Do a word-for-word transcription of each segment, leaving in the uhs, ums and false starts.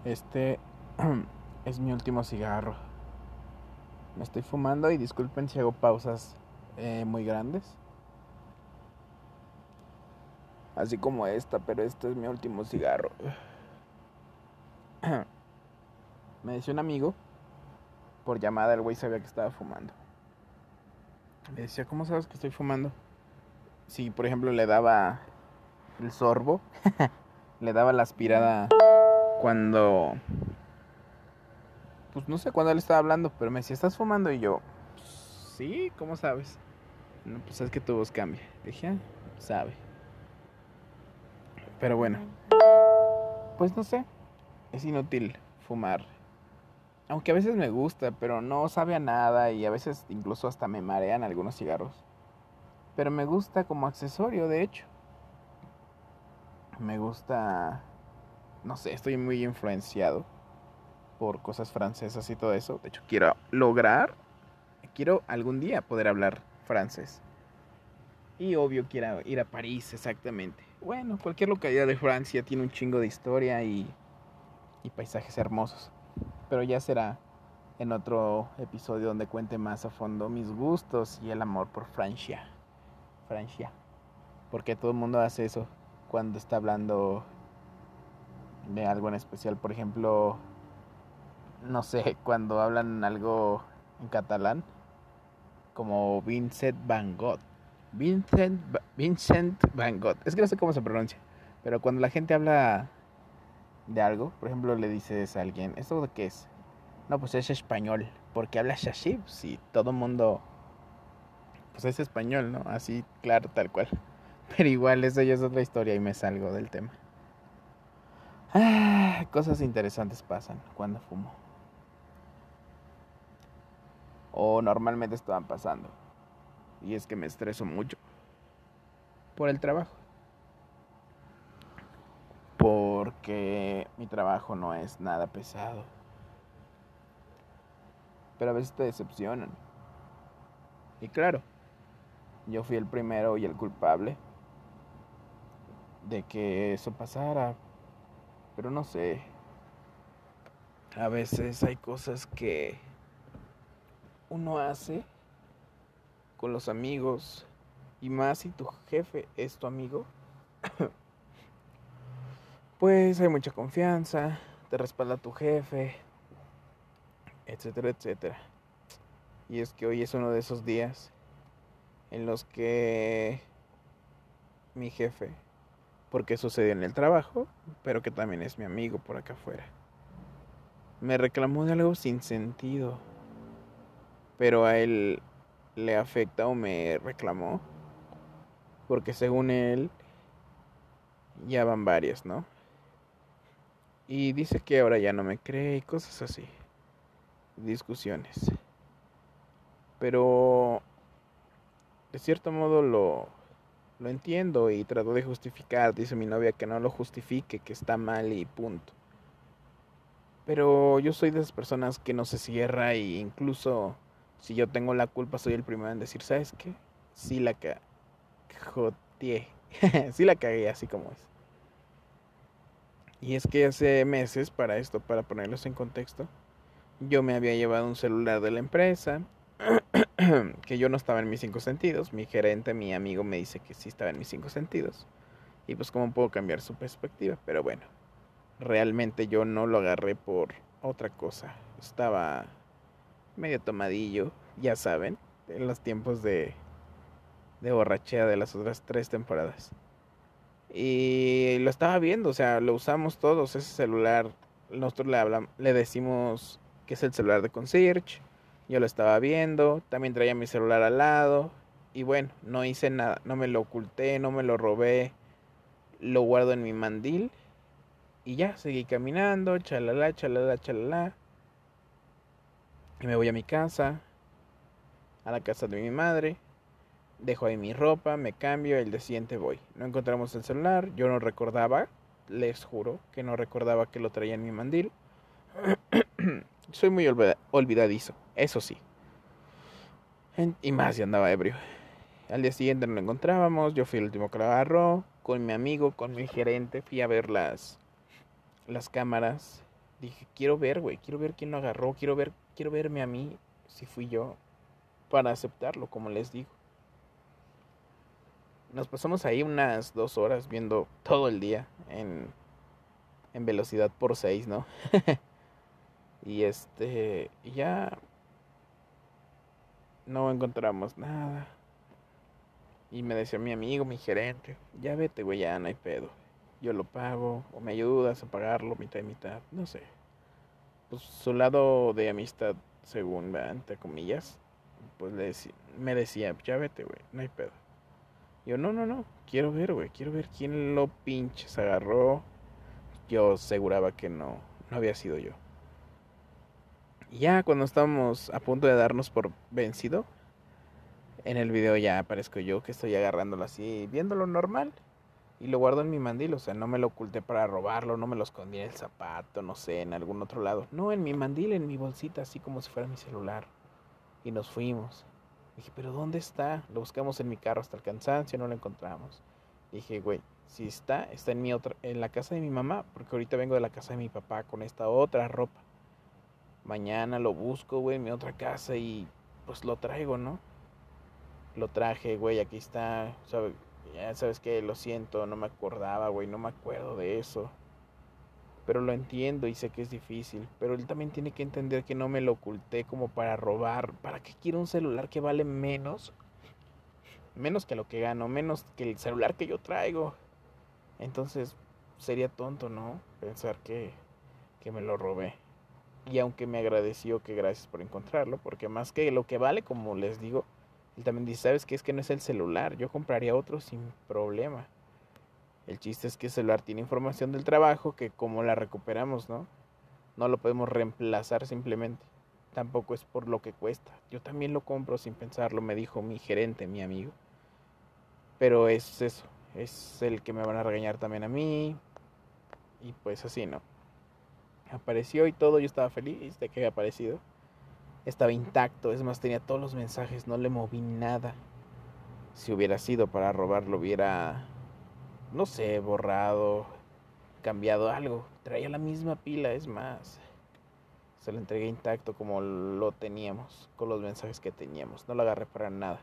Este es mi último cigarro. Me estoy fumando y disculpen si hago pausas eh, muy grandes. Así como esta, pero este es mi último cigarro. Me decía un amigo, por llamada el güey sabía que estaba fumando. Le decía, ¿cómo sabes que estoy fumando? Si por ejemplo le daba el sorbo, le daba la aspirada cuando... Pues no sé cuándo él estaba hablando, pero me decía, ¿estás fumando? Y yo, pues, sí, ¿cómo sabes? No, pues es que tu voz cambia. Le dije, ah, sabe. Pero bueno, pues no sé, es inútil fumar. Aunque a veces me gusta, pero no sabe a nada y a veces incluso hasta me marean algunos cigarros. Pero me gusta como accesorio, de hecho. Me gusta, no sé, estoy muy influenciado por cosas francesas y todo eso. De hecho, quiero lograr, quiero algún día poder hablar francés. Y obvio quiero ir a París, exactamente. Bueno, cualquier localidad de Francia tiene un chingo de historia y, y paisajes hermosos. Pero ya será en otro episodio donde cuente más a fondo mis gustos y el amor por Francia. Francia. Porque todo el mundo hace eso cuando está hablando de algo en especial. Por ejemplo, no sé, cuando hablan algo en catalán, como Vincent Van Gogh. Vincent, Vincent Van Gogh. Es que no sé cómo se pronuncia. Pero cuando la gente habla de algo, por ejemplo, le dices a alguien, ¿esto de qué es? No, pues es español. Porque hablas así, si todo el mundo pues es español, ¿no? Así, claro, tal cual. Pero igual, eso ya es otra historia y me salgo del tema. Ah, cosas interesantes pasan cuando fumo. O normalmente estaban pasando. Y es que me estreso mucho. Por el trabajo. Porque mi trabajo no es nada pesado. Pero a veces te decepcionan. Y claro, yo fui el primero y el culpable de que eso pasara. Pero no sé. A veces hay cosas que uno hace con los amigos. Y más si tu jefe es tu amigo. Pues hay mucha confianza. Te respalda tu jefe. Etcétera, etcétera. Y es que hoy es uno de esos días en los que mi jefe, porque sucedió en el trabajo, pero que también es mi amigo por acá afuera, me reclamó de algo sin sentido, pero a él le afecta o me reclamó, porque según él ya van varias, ¿no? Y dice que ahora ya no me cree y cosas así, discusiones. Pero de cierto modo lo, lo entiendo y trato de justificar. Dice mi novia que no lo justifique, que está mal y punto. Pero yo soy de esas personas que no se cierra y incluso si yo tengo la culpa soy el primero en decir, ¿sabes qué? Sí la cajoteé. Sí la cagué así como es. Y es que hace meses, para esto, para ponerlos en contexto, yo me había llevado un celular de la empresa, que yo no estaba en mis cinco sentidos. Mi gerente, mi amigo me dice que sí estaba en mis cinco sentidos. Y pues cómo puedo cambiar su perspectiva. Pero bueno, realmente yo no lo agarré por otra cosa. Estaba medio tomadillo, ya saben, en los tiempos de, de borrachera de las otras tres temporadas. Y lo estaba viendo, o sea, lo usamos todos, ese celular. Nosotros le hablamos, le decimos que es el celular de concierge. Yo lo estaba viendo, también traía mi celular al lado. Y bueno, no hice nada, no me lo oculté, no me lo robé. Lo guardo en mi mandil. Y ya, seguí caminando, chalala, chalala, chalala. Y me voy a mi casa, a la casa de mi madre. Dejo ahí mi ropa, me cambio, el día siguiente voy. No encontramos el celular, yo no recordaba, les juro que no recordaba que lo traía en mi mandil. Soy muy olvida- olvidadizo, eso sí. En- y más si andaba ebrio. Al día siguiente no lo encontrábamos, yo fui el último que lo agarró. Con mi amigo, con mi gerente, fui a ver las, las cámaras. dije, quiero ver, güey, quiero ver quién lo agarró, quiero ver, quiero verme a mí, si fui yo, para aceptarlo, como les digo. Nos pasamos ahí unas dos horas viendo todo el día en, en velocidad por seis, ¿no? Y este, y ya no encontramos nada. Y me decía mi amigo, mi gerente, ya vete, güey, ya no hay pedo. Yo lo pago, o me ayudas a pagarlo mitad y mitad, no sé. Pues su lado de amistad, según, ¿verdad? Entre comillas, pues le decí- me decía, ya vete, güey, no hay pedo. Yo, no, no, no, quiero ver, güey, quiero ver quién lo pinches agarró. Yo aseguraba que no, no había sido yo. Y ya cuando estábamos a punto de darnos por vencido, en el video ya aparezco yo que estoy agarrándolo así, viéndolo normal. Y lo guardo en mi mandil, o sea, no me lo oculté para robarlo, no me lo escondí en el zapato, no sé, en algún otro lado. No, en mi mandil, en mi bolsita, así como si fuera mi celular. Y nos fuimos. Dije, pero ¿dónde está? Lo buscamos en mi carro hasta el cansancio, no lo encontramos. Dije, güey, si está, está en mi otra, en la casa de mi mamá, porque ahorita vengo de la casa de mi papá con esta otra ropa. Mañana lo busco, güey, en mi otra casa y pues lo traigo, ¿no? Lo traje, güey, aquí está, ¿sabes? Ya sabes que lo siento, no me acordaba, güey, no me acuerdo de eso. Pero lo entiendo y sé que es difícil. Pero él también tiene que entender que no me lo oculté como para robar. ¿Para qué quiero un celular que vale menos? Menos que lo que gano, menos que el celular que yo traigo. Entonces sería tonto, ¿no? Pensar que, que me lo robé. Y aunque me agradeció que gracias por encontrarlo, porque más que lo que vale, como les digo, él también dice, ¿sabes qué? Es que no es el celular, yo compraría otro sin problema. El chiste es que el celular tiene información del trabajo que como la recuperamos, ¿no? No lo podemos reemplazar simplemente. Tampoco es por lo que cuesta. Yo también lo compro sin pensarlo, me dijo mi gerente, mi amigo. Pero es eso, es el que me van a regañar también a mí. Y pues así, ¿no? Apareció y todo, yo estaba feliz de que haya aparecido. Estaba intacto, es más, tenía todos los mensajes, no le moví nada. Si hubiera sido para robarlo, hubiera, no sé, borrado, cambiado algo. Traía la misma pila, es más. Se lo entregué intacto como lo teníamos, con los mensajes que teníamos. No lo agarré para nada.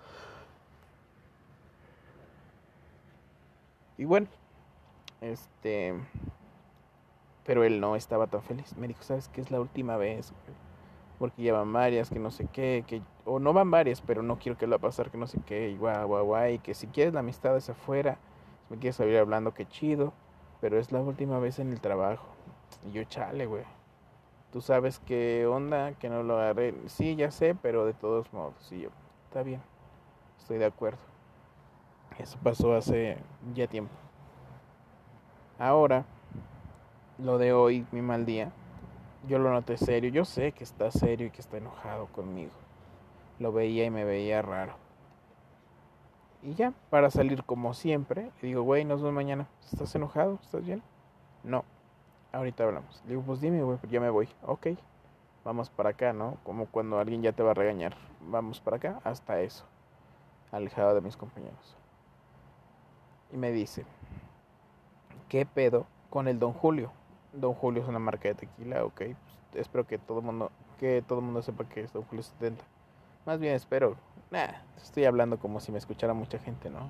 Y bueno, este... Pero él no estaba tan feliz. Me dijo, ¿sabes qué? Es la última vez, güey. Porque ya van varias, que no sé qué, que... O no van varias, pero no quiero que lo va a pasar, que no sé qué, y guau, guau, guau. Y que si quieres la amistad es afuera, si me quieres salir hablando, qué chido. Pero es la última vez en el trabajo. Y yo, chale, güey. Tú sabes qué onda, que no lo agarré. Sí, ya sé, pero de todos modos. Y yo, está bien, estoy de acuerdo. Eso pasó hace ya tiempo. Ahora, lo de hoy, mi mal día, yo lo noté serio. Yo sé que está serio y que está enojado conmigo. Lo veía y me veía raro. Y ya, para salir como siempre, le digo, güey, nos vemos mañana. ¿Estás enojado? ¿Estás bien? No, ahorita hablamos. Le digo, pues dime, güey, ya me voy. Ok, vamos para acá, ¿no? Como cuando alguien ya te va a regañar. Vamos para acá, hasta eso. Alejado de mis compañeros. Y me dice, ¿qué pedo con el Don Julio? Don Julio es una marca de tequila, ok. Pues espero que todo mundo, que todo mundo sepa que es Don Julio setenta. Más bien espero. Nah, estoy hablando como si me escuchara mucha gente, ¿no?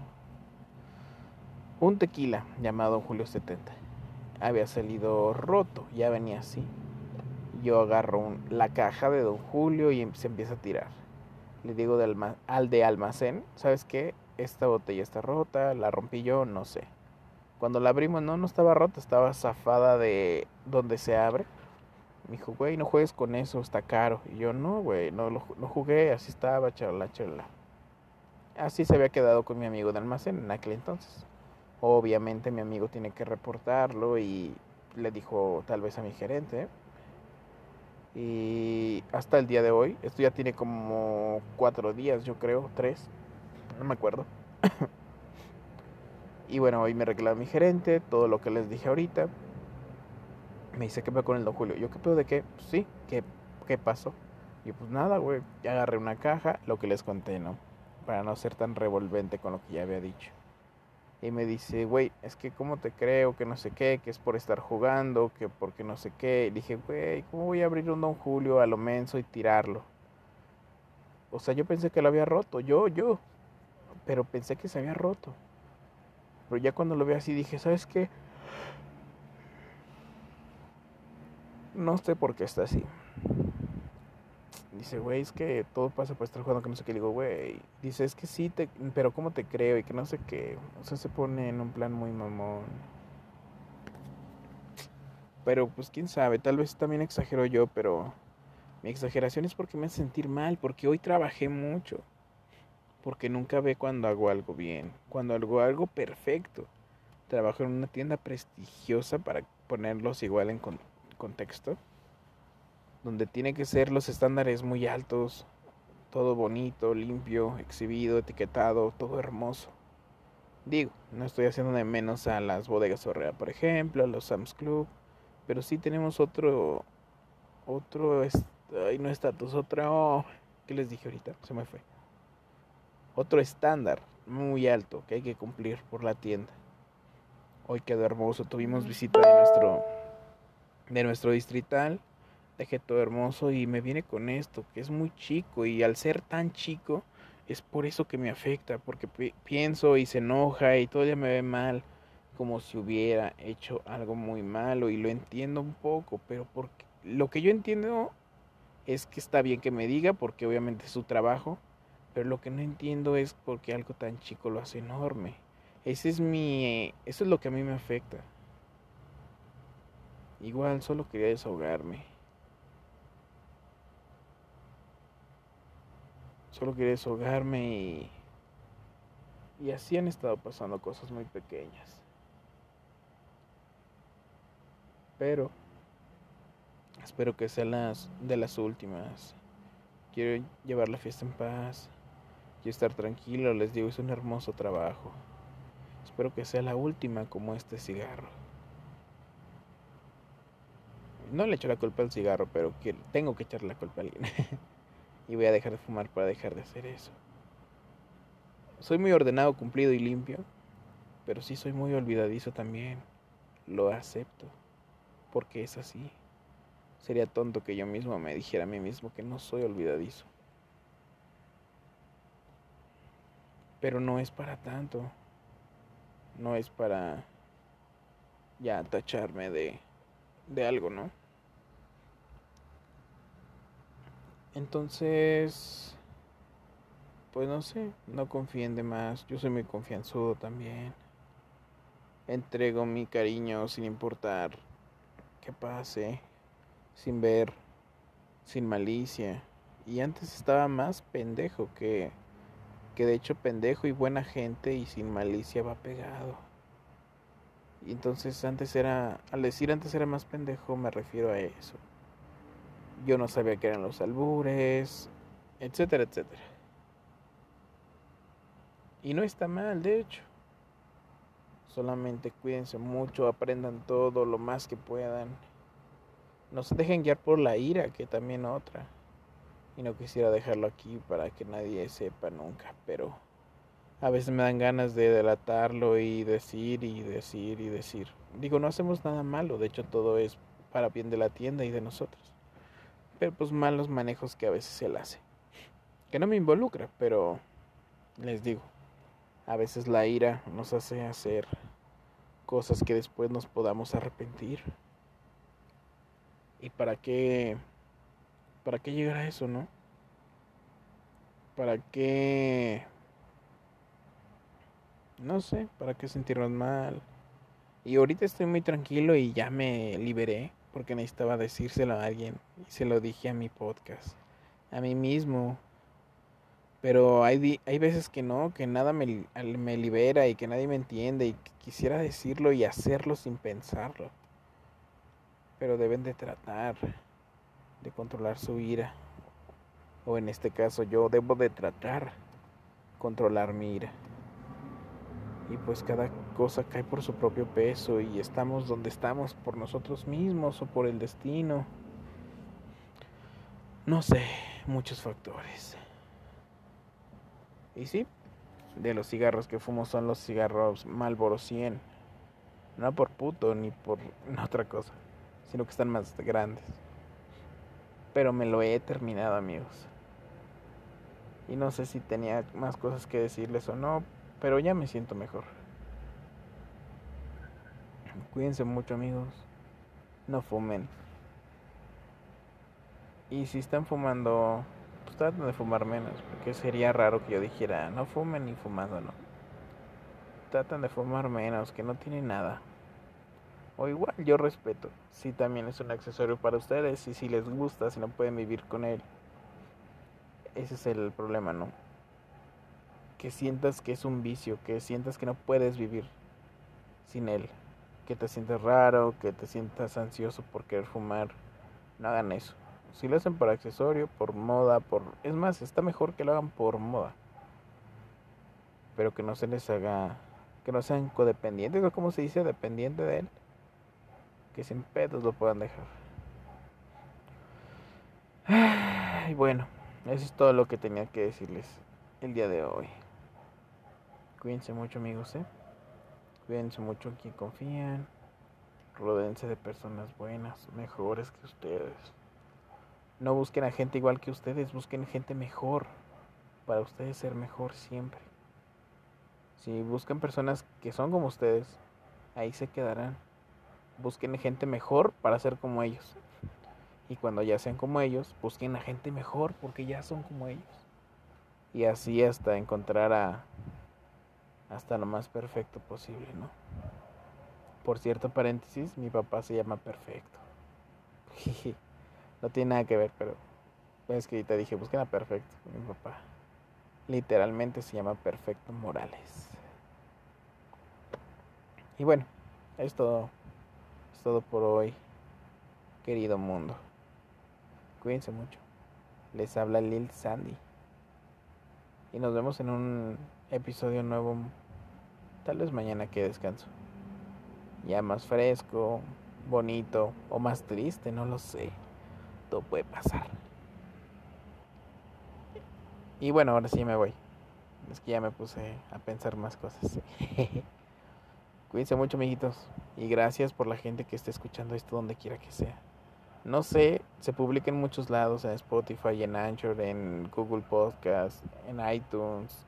Un tequila llamado Don Julio setenta. Había salido roto, ya venía así. Yo agarro un, la caja de Don Julio y se empieza a tirar. Le digo de alma, al de almacén, ¿sabes qué? Esta botella está rota, la rompí yo, no sé. Cuando la abrimos, no, no estaba rota, estaba zafada de donde se abre. Me dijo, güey, no juegues con eso, está caro. Y yo, no, güey, no lo no jugué, así estaba, charla, charla. Así se había quedado con mi amigo de almacén en aquel entonces. Obviamente mi amigo tiene que reportarlo y le dijo tal vez a mi gerente. Y hasta el día de hoy, esto ya tiene como cuatro días, yo creo, tres, no me acuerdo. Y bueno, hoy me reclama mi gerente, todo lo que les dije ahorita. Me dice, ¿qué pedo con el Don Julio? Yo, ¿qué pedo de qué? Pues sí, ¿qué, qué pasó? Y pues nada, güey, ya agarré una caja, lo que les conté, ¿no? Para no ser tan revolvente con lo que ya había dicho. Y me dice, güey, es que cómo te creo, que no sé qué, que es por estar jugando, que porque no sé qué. Y dije, güey, ¿cómo voy a abrir un Don Julio a lo menso y tirarlo? O sea, yo pensé que lo había roto, yo, yo. Pero pensé que se había roto. Pero ya cuando lo vi así dije, ¿sabes qué? No sé por qué está así. Dice, güey, es que todo pasa por estar jugando que no sé qué. Le digo, güey. Dice, es que sí, te, pero ¿cómo te creo? Y que no sé qué. O sea, se pone en un plan muy mamón. Pero pues quién sabe, tal vez también exagero yo, pero mi exageración es porque me hace sentir mal, porque hoy trabajé mucho. Porque nunca ve cuando hago algo bien, cuando hago algo perfecto. Trabajo en una tienda prestigiosa para ponerlos igual en con- contexto, donde tiene que ser los estándares muy altos, todo bonito, limpio, exhibido, etiquetado, todo hermoso. Digo, no estoy haciendo de menos a las bodegas Orrea, por ejemplo, a los Sam's Club, pero sí tenemos otro, otro, est ay, no estatus, otro, ¿qué les dije ahorita? Se me fue. Otro estándar muy alto que hay que cumplir por la tienda. Hoy quedó hermoso, tuvimos visita de nuestro, de nuestro distrital, dejé todo hermoso y me viene con esto, que es muy chico y al ser tan chico es por eso que me afecta, porque pi pienso y se enoja y todo ya me ve mal, como si hubiera hecho algo muy malo y lo entiendo un poco, pero porque lo que yo entiendo es que está bien que me diga porque obviamente es su trabajo, pero lo que no entiendo es por qué algo tan chico lo hace enorme. Ese es mi, eso es lo que a mí me afecta. Igual solo quería desahogarme. Solo quería desahogarme y y así han estado pasando cosas muy pequeñas. Pero espero que sean las de las últimas. Quiero llevar la fiesta en paz. Quiero estar tranquilo, les digo, es un hermoso trabajo. Espero que sea la última como este cigarro. No le echo la culpa al cigarro, pero que tengo que echarle la culpa a alguien. Y voy a dejar de fumar para dejar de hacer eso. Soy muy ordenado, cumplido y limpio, pero sí soy muy olvidadizo también. Lo acepto, porque es así. Sería tonto que yo mismo me dijera a mí mismo que no soy olvidadizo. Pero no es para tanto. No es para ya tacharme de, de algo, ¿no? Entonces, pues no sé, no confíen de más. Yo soy muy confianzudo también. Entrego mi cariño sin importar qué pase, sin ver, sin malicia. Y antes estaba más pendejo que, que de hecho pendejo y buena gente y sin malicia va pegado. Y entonces antes era, al decir antes era más pendejo me refiero a eso. Yo no sabía qué eran los albures, etcétera, etcétera. Y no está mal, de hecho. Solamente cuídense mucho, aprendan todo lo más que puedan. No se dejen guiar por la ira, que también otra. Y no quisiera dejarlo aquí para que nadie sepa nunca, pero a veces me dan ganas de delatarlo y decir y decir y decir. Digo, no hacemos nada malo, de hecho todo es para bien de la tienda y de nosotros. Pero pues malos manejos que a veces él hace. Que no me involucra, pero les digo, a veces la ira nos hace hacer cosas que después nos podamos arrepentir. ¿Y para qué? ¿Para qué llegar a eso, no? ¿Para qué? No sé, ¿para qué sentirnos mal? Y ahorita estoy muy tranquilo y ya me liberé porque necesitaba decírselo a alguien y se lo dije a mi podcast, a mí mismo. Pero hay, di- hay veces que no, que nada me, me libera y que nadie me entiende y que quisiera decirlo y hacerlo sin pensarlo. Pero deben de tratar de controlar su ira. O en este caso yo debo de tratar controlar mi ira. Y pues cada cosa cae por su propio peso y estamos donde estamos por nosotros mismos o por el destino. No sé, muchos factores. Y sí, de los cigarros que fumo son los cigarros Marlboro cien. No por puto ni por otra cosa, sino que están más grandes. Pero me lo he terminado, amigos. Y no sé si tenía más cosas que decirles o no, pero ya me siento mejor. Cuídense mucho, amigos. No fumen. Y si están fumando, pues traten de fumar menos, porque sería raro que yo dijera, no fumen ni fumando, no. Tratan de fumar menos, que no tiene nada. O igual yo respeto, si también es un accesorio para ustedes y si les gusta, si no pueden vivir con él. Ese es el problema, ¿no? Que sientas que es un vicio, que sientas que no puedes vivir sin él. Que te sientes raro, que te sientas ansioso por querer fumar. No hagan eso. Si lo hacen por accesorio, por moda, por... Es más, está mejor que lo hagan por moda. Pero que no se les haga... Que no sean codependientes, o como se dice, dependiente de él. Que sin pedos lo puedan dejar. Y bueno, eso es todo lo que tenía que decirles el día de hoy. Cuídense mucho, amigos, ¿eh? Cuídense mucho en quien confían. Rodéense de personas buenas, mejores que ustedes. No busquen a gente igual que ustedes, busquen gente mejor. Para ustedes ser mejor siempre. Si buscan personas que son como ustedes, ahí se quedarán. Busquen gente mejor para ser como ellos. Y cuando ya sean como ellos, busquen a gente mejor porque ya son como ellos. Y así hasta encontrar a hasta lo más perfecto posible, ¿no? Por cierto, paréntesis, mi papá se llama Perfecto. No tiene nada que ver, pero es que ahorita dije, busquen a Perfecto. Mi papá literalmente se llama Perfecto Morales. Y bueno, es todo, es todo por hoy, querido mundo. Cuídense mucho. Les habla Lil Sandy. Y nos vemos en un episodio nuevo, tal vez mañana que descanso. Ya más fresco, bonito o más triste, no lo sé. Todo puede pasar. Y bueno, ahora sí me voy. Es que ya me puse a pensar más cosas. Cuídense mucho, amiguitos. Y gracias por la gente que esté escuchando esto donde quiera que sea. No sé, se publica en muchos lados, en Spotify, en Anchor, en Google Podcast, en iTunes.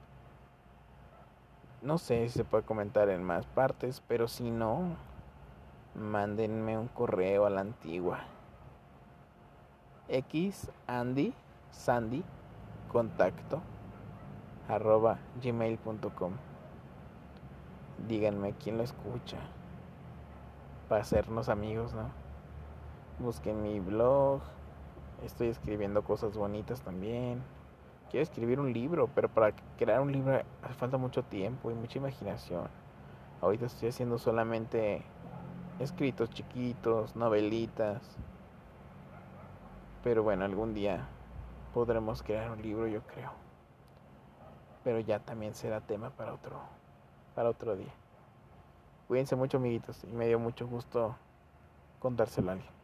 No sé si se puede comentar en más partes, pero si no, mándenme un correo a la antigua. X Andy Sandy contacto arroba gmail punto com. Díganme quién lo escucha para hacernos amigos, ¿no? Busquen mi blog. Estoy escribiendo cosas bonitas también. Quiero escribir un libro, pero para crear un libro hace falta mucho tiempo y mucha imaginación. Ahorita estoy haciendo solamente escritos chiquitos, novelitas. Pero bueno, algún día podremos crear un libro, yo creo. Pero ya también será tema para otro, para otro día. Cuídense mucho, amiguitos, y me dio mucho gusto contárselo a alguien.